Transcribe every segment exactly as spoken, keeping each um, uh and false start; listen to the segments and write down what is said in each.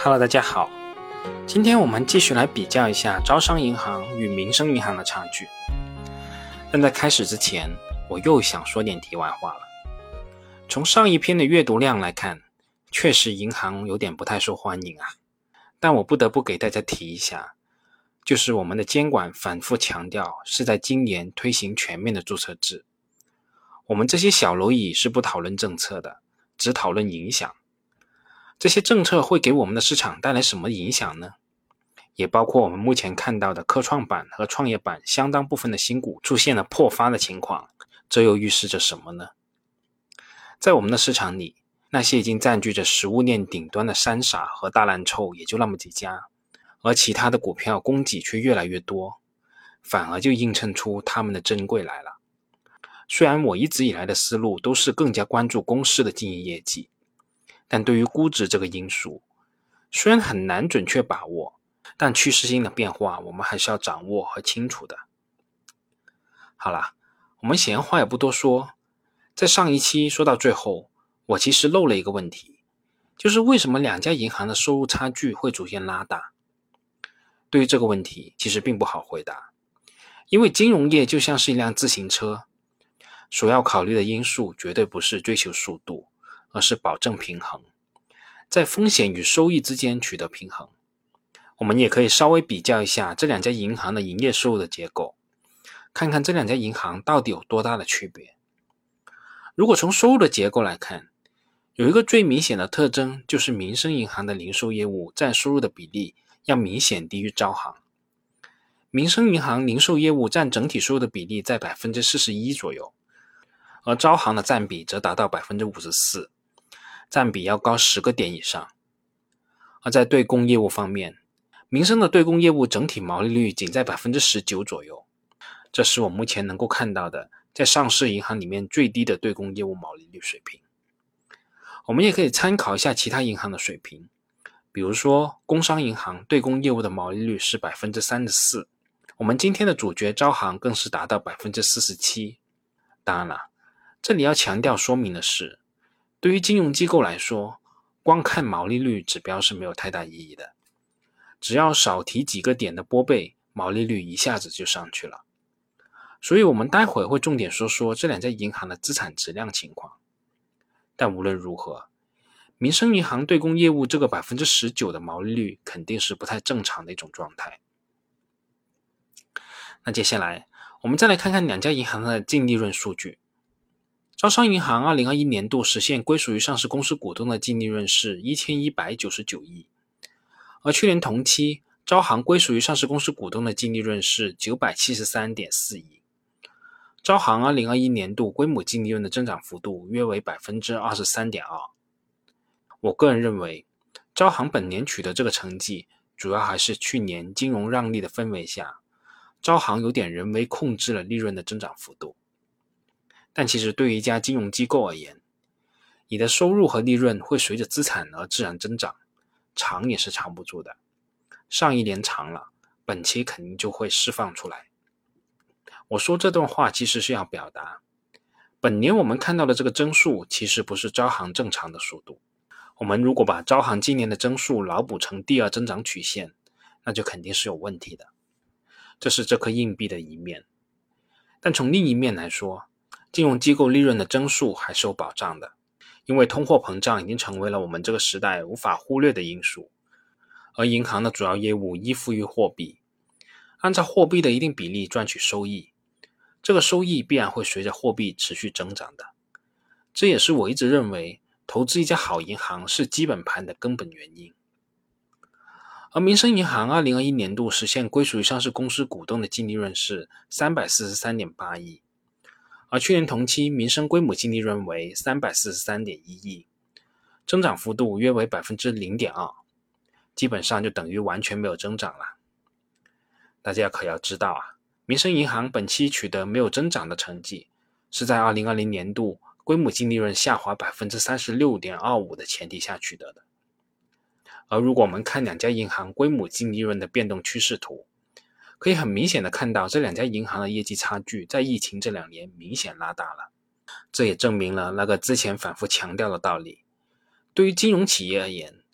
Hello， 大家好，今天我们继续来比较一下招商银行与民生银行的差距。但在开始之前，我又想说点题外话了。从上一篇的阅读量来看，确实银行有点不太受欢迎啊。但我不得不给大家提一下，就是我们的监管反复强调是在今年推行全面的注册制。我们这些小蝼蚁是不讨论政策的，只讨论影响。这些政策会给我们的市场带来什么影响呢？也包括我们目前看到的科创板和创业板相当部分的新股出现了破发的情况，这又预示着什么呢？在我们的市场里，那些已经占据着食物链顶端的三傻和大蓝筹也就那么几家，而其他的股票供给却越来越多，反而就映衬出他们的珍贵来了。虽然我一直以来的思路都是更加关注公司的经营业绩，但对于估值这个因素，虽然很难准确把握，但趋势性的变化我们还是要掌握和清楚的。好啦，我们闲话也不多说，在上一期说到最后，我其实漏了一个问题，就是为什么两家银行的收入差距会逐渐拉大？对于这个问题，其实并不好回答，因为金融业就像是一辆自行车，所要考虑的因素绝对不是追求速度，而是保证平衡，在风险与收益之间取得平衡。我们也可以稍微比较一下这两家银行的营业收入的结构，看看这两家银行到底有多大的区别。如果从收入的结构来看，有一个最明显的特征，就是民生银行的零售业务占收入的比例要明显低于招行。民生银行零售业务占整体收入的比例在 百分之四十一 左右，而招行的占比则达到 百分之五十四，占比要高十个点以上。而在对公业务方面，民生的对公业务整体毛利率仅在 百分之十九 左右，这是我目前能够看到的在上市银行里面最低的对公业务毛利率水平。我们也可以参考一下其他银行的水平，比如说工商银行对公业务的毛利率是 百分之三十四， 我们今天的主角招行更是达到 百分之四十七。 当然了，这里要强调说明的是，对于金融机构来说，光看毛利率指标是没有太大意义的，只要少提几个点的拨备，毛利率一下子就上去了。所以我们待会会重点说说这两家银行的资产质量情况。但无论如何，民生银行对公业务这个 百分之十九 的毛利率肯定是不太正常的一种状态。那接下来我们再来看看两家银行的净利润数据。招商银行二零二一年度实现归属于上市公司股东的净利润是一千一百九十九亿，而去年同期招行归属于上市公司股东的净利润是 九百七十三点四亿。招行二零二一年度归母净利润的增长幅度约为 百分之二十三点二。 我个人认为，招行本年取得这个成绩，主要还是去年金融让利的氛围下，招行有点人为控制了利润的增长幅度。但其实对于一家金融机构而言，你的收入和利润会随着资产而自然增长，藏也是藏不住的。上一年藏了，本期肯定就会释放出来。我说这段话其实是要表达，本年我们看到的这个增速其实不是招行正常的速度。我们如果把招行今年的增速脑补成第二增长曲线，那就肯定是有问题的。这是这颗硬币的一面。但从另一面来说，金融机构利润的增速还是有保障的，因为通货膨胀已经成为了我们这个时代无法忽略的因素，而银行的主要业务依附于货币，按照货币的一定比例赚取收益，这个收益必然会随着货币持续增长的。这也是我一直认为投资一家好银行是基本盘的根本原因。而民生银行二零二一年度实现归属于上市公司股东的净利润是 三百四十三点八亿，而去年同期民生归母净利润为 三百四十三点一亿，增长幅度约为 百分之零点二， 基本上就等于完全没有增长了。大家可要知道啊，民生银行本期取得没有增长的成绩，是在二零二零年度归母净利润下滑 百分之三十六点二五 的前提下取得的。而如果我们看两家银行归母净利润的变动趋势图，可以很明显的看到这两家银行的业绩差距在疫情这两年明显拉大了。这也证明了那个之前反复强调的道理，对于金融企业而言，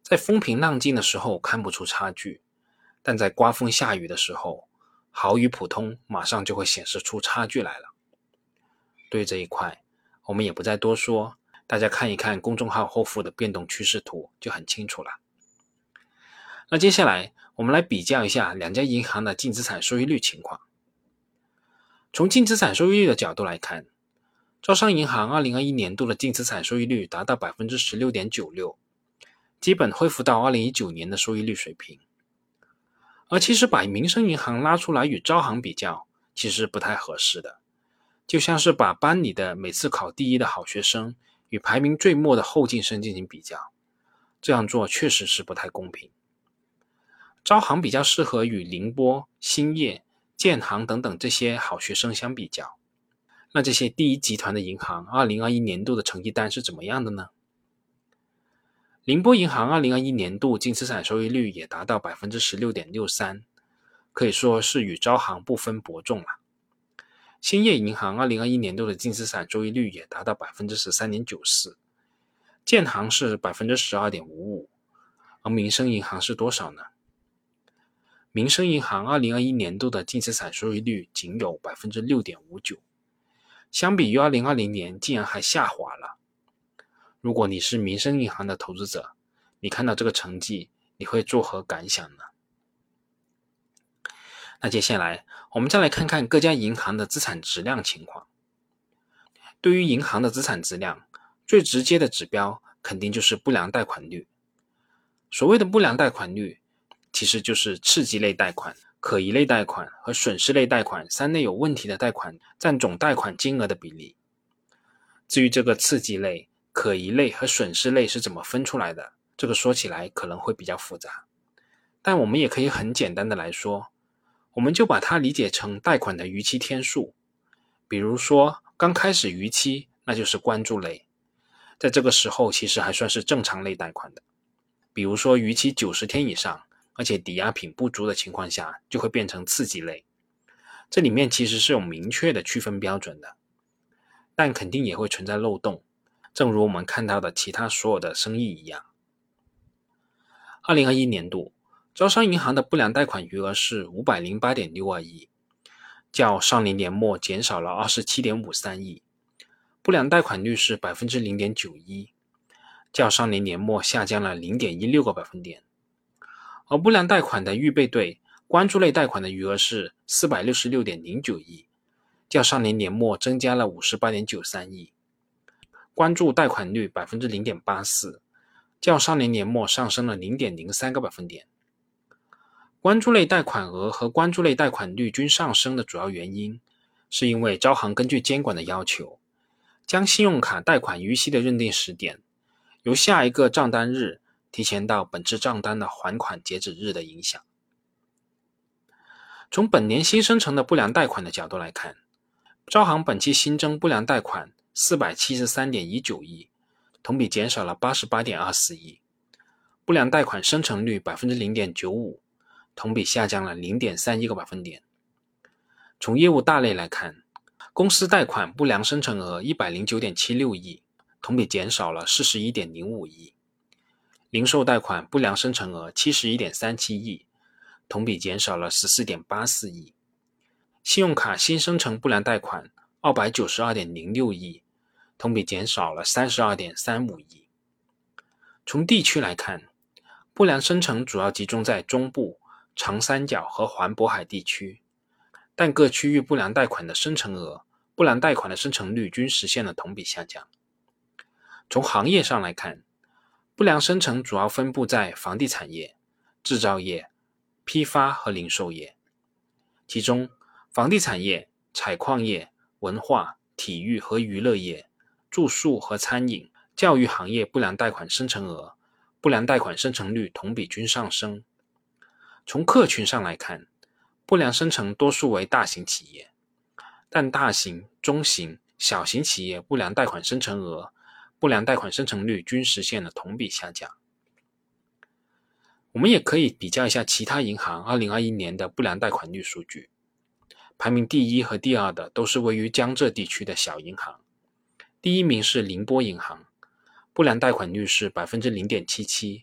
在风平浪静的时候看不出差距，但在刮风下雨的时候，好与普通马上就会显示出差距来了。对于这一块，我们也不再多说，大家看一看公众号后附的变动趋势图就很清楚了。那接下来我们来比较一下两家银行的净资产收益率情况。从净资产收益率的角度来看，招商银行二零二一年度的净资产收益率达到 百分之十六点九六， 基本恢复到二零一九年的收益率水平。而其实把民生银行拉出来与招行比较，其实不太合适的，就像是把班里的每次考第一的好学生与排名最末的后进生进行比较，这样做确实是不太公平。招行比较适合与宁波、兴业、建行等等这些好学生相比较。那这些第一集团的银行二零二一年度的成绩单是怎么样的呢？宁波银行二零二一年度净资产收益率也达到 百分之十六点六三， 可以说是与招行不分伯仲了。兴业银行二零二一年度的净资产收益率也达到 百分之十三点九四， 建行是 百分之十二点五五， 而民生银行是多少呢？民生银行二零二一年度的净资产收益率仅有 百分之六点五九， 相比于二零二零年竟然还下滑了。如果你是民生银行的投资者，你看到这个成绩，你会作何感想呢？那接下来我们再来看看各家银行的资产质量情况。对于银行的资产质量，最直接的指标肯定就是不良贷款率。所谓的不良贷款率，其实就是次级类贷款、可疑类贷款和损失类贷款三类有问题的贷款占总贷款金额的比例。至于这个次级类、可疑类和损失类是怎么分出来的，这个说起来可能会比较复杂，但我们也可以很简单的来说，我们就把它理解成贷款的逾期天数。比如说刚开始逾期，那就是关注类，在这个时候其实还算是正常类贷款的。比如说逾期九十天以上，而且抵押品不足的情况下，就会变成次级类。这里面其实是有明确的区分标准的，但肯定也会存在漏洞，正如我们看到的其他所有的生意一样。二零二一年度，招商银行的不良贷款余额是 五百零八点六二亿，较上年年末减少了 二十七点五三亿，不良贷款率是 百分之零点九一， 较上年年末下降了 零点一六个百分点。而不良贷款的预备队、关注类贷款的余额是 四百六十六点零九亿，较上年年末增加了 五十八点九三亿，关注贷款率 百分之零点八四， 较上年年末上升了 零点零三个百分点。关注类贷款额和关注类贷款率均上升的主要原因，是因为招行根据监管的要求，将信用卡贷款逾期的认定时点，由下一个账单日提前到本次账单的还款截止日的影响。从本年新生成的不良贷款的角度来看，招行本期新增不良贷款 四百七十三点一九亿，同比减少了 八十八点二四亿，不良贷款生成率 百分之零点九五， 同比下降了 零点三一个百分点。从业务大类来看，公司贷款不良生成额 一百零九点七六亿，同比减少了 四十一点零五亿，零售贷款不良生成额 七十一点三七亿，同比减少了 十四点八四亿，信用卡新生成不良贷款 二百九十二点零六亿，同比减少了 三十二点三五亿。从地区来看，不良生成主要集中在中部、长三角和环渤海地区，但各区域不良贷款的生成额、不良贷款的生成率均实现了同比下降。从行业上来看，不良生成主要分布在房地产业、制造业、批发和零售业，其中房地产业、采矿业、文化、体育和娱乐业、住宿和餐饮、教育行业不良贷款生成额、不良贷款生成率同比均上升。从客群上来看，不良生成多数为大型企业，但大型、中型、小型企业不良贷款生成额、不良贷款生成率均实现了同比下降。我们也可以比较一下其他银行二零二一年的不良贷款率数据，排名第一和第二的都是位于江浙地区的小银行。第一名是宁波银行，不良贷款率是 百分之零点七七，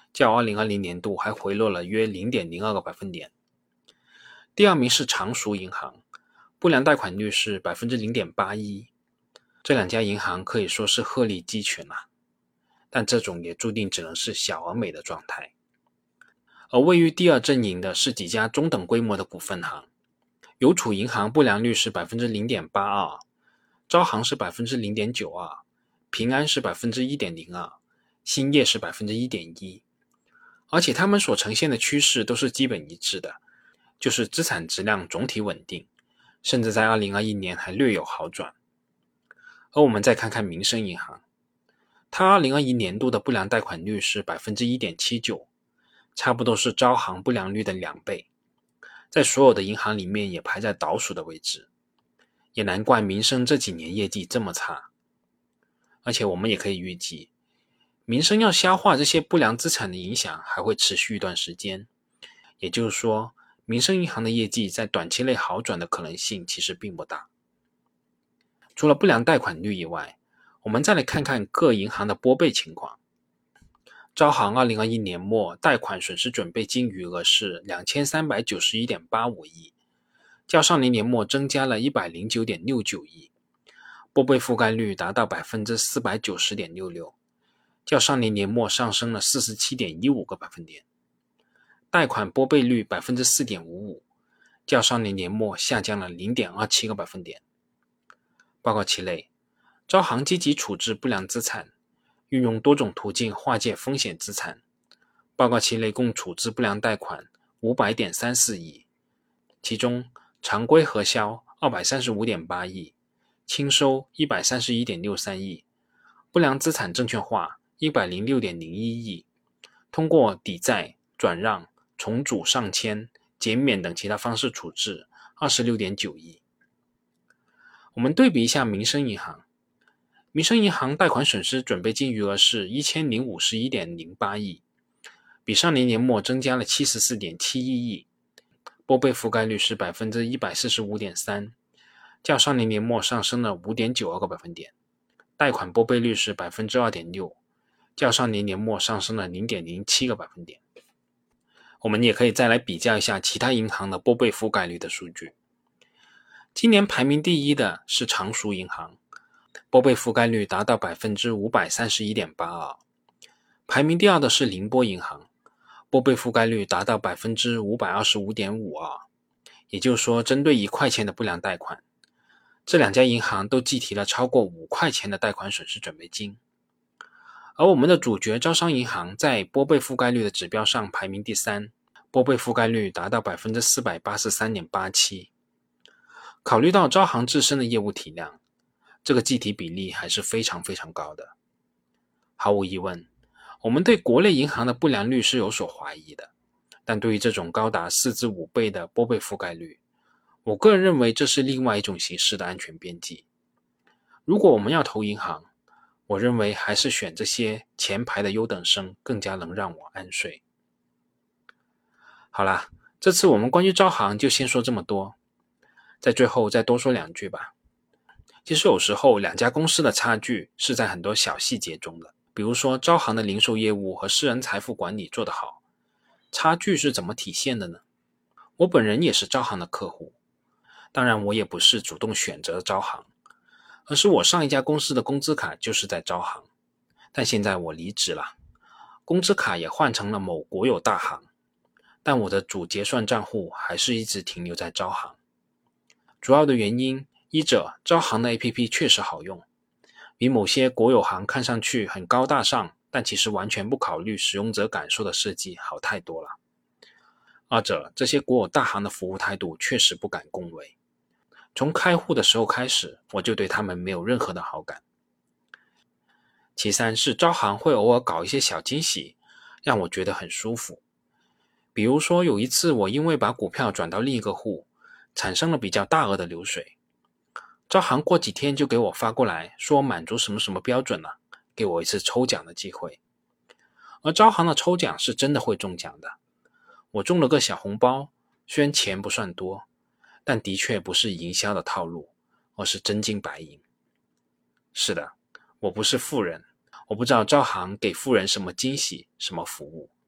较二零二零年度还回落了约 零点零二 个百分点。第二名是常熟银行，不良贷款率是 百分之零点八一。这两家银行可以说是鹤立鸡群啊，但这种也注定只能是小而美的状态。而位于第二阵营的是几家中等规模的股份行，邮储银行不良率是 百分之零点八二， 招行是 百分之零点九二， 平安是 百分之一点零二， 兴业是 百分之一点一， 而且他们所呈现的趋势都是基本一致的，就是资产质量总体稳定，甚至在二零二一年还略有好转。而我们再看看民生银行，它二零二一年度的不良贷款率是 百分之一点七九， 差不多是招行不良率的两倍，在所有的银行里面也排在倒数的位置，也难怪民生这几年业绩这么差。而且我们也可以预计，民生要消化这些不良资产的影响还会持续一段时间，也就是说，民生银行的业绩在短期内好转的可能性其实并不大。除了不良贷款率以外，我们再来看看各银行的拨备情况。招行二零二一年末贷款损失准备金余额是 两千三百九十一点八五亿，较上年年末增加了 一百零九点六九亿，拨备覆盖率达到 百分之四百九十点六六， 较上年年末上升了 四十七点一五 个百分点。贷款拨备率 百分之四点五五， 较上年年末下降了 零点二七 个百分点。报告期内，招行积极处置不良资产，运用多种途径化解风险资产。报告期内共处置不良贷款 五百点三四亿，其中常规核销 二百三十五点八亿，清收 一百三十一点六三亿，不良资产证券化 一百零六点零一亿，通过抵债、转让、重组上签、减免等其他方式处置 二十六点九亿。我们对比一下民生银行，民生银行贷款损失准备金余额是 一千零五十一点零八亿，比上年年末增加了 七十四点七一亿，拨备覆盖率是 百分之一百四十五点三， 较上年年末上升了 五点九二 个百分点，贷款拨备率是 百分之二点六， 较上年年末上升了 零点零七 个百分点。我们也可以再来比较一下其他银行的拨备覆盖率的数据。今年排名第一的是常熟银行，拨备覆盖率达到 百分之五百三十一点八二， 排名第二的是宁波银行，拨备覆盖率达到 百分之五百二十五点五二， 也就是说，针对一块钱的不良贷款，这两家银行都计提了超过五块钱的贷款损失准备金。而我们的主角招商银行在拨备覆盖率的指标上排名第三，拨备覆盖率达到 百分之四百八十三点八七。考虑到招行自身的业务体量，这个计提比例还是非常非常高的。毫无疑问，我们对国内银行的不良率是有所怀疑的，但对于这种高达四至五倍的拨备覆盖率，我个人认为这是另外一种形式的安全边际。如果我们要投银行，我认为还是选这些前排的优等生更加能让我安睡。好啦，这次我们关于招行就先说这么多，在最后再多说两句吧。其实有时候两家公司的差距是在很多小细节中的，比如说招行的零售业务和私人财富管理做得好，差距是怎么体现的呢？我本人也是招行的客户，当然我也不是主动选择招行，而是我上一家公司的工资卡就是在招行，但现在我离职了，工资卡也换成了某国有大行，但我的主结算账户还是一直停留在招行。主要的原因，一者招行的 A P P 确实好用，比某些国有行看上去很高大上，但其实完全不考虑使用者感受的设计好太多了。二者，这些国有大行的服务态度确实不敢恭维，从开户的时候开始，我就对他们没有任何的好感。其三是招行会偶尔搞一些小惊喜，让我觉得很舒服。比如说有一次我因为把股票转到另一个户，产生了比较大额的流水，招行过几天就给我发过来说满足什么什么标准了，给我一次抽奖的机会。而招行的抽奖是真的会中奖的，我中了个小红包，虽然钱不算多，但的确不是营销的套路，而是真金白银。是的，我不是富人，我不知道招行给富人什么惊喜，什么服务，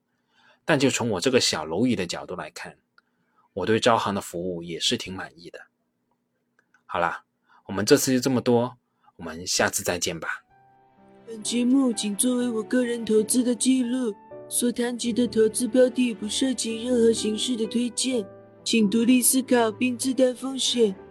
但就从我这个小蝼蚁的角度来看，我对招行的服务也是挺满意的。好啦，我们这次就这么多，我们下次再见吧。 本节目仅作为我个人投资的记录，所谈及的投资标的不涉及任何形式的推荐，请独立思考并自担风险。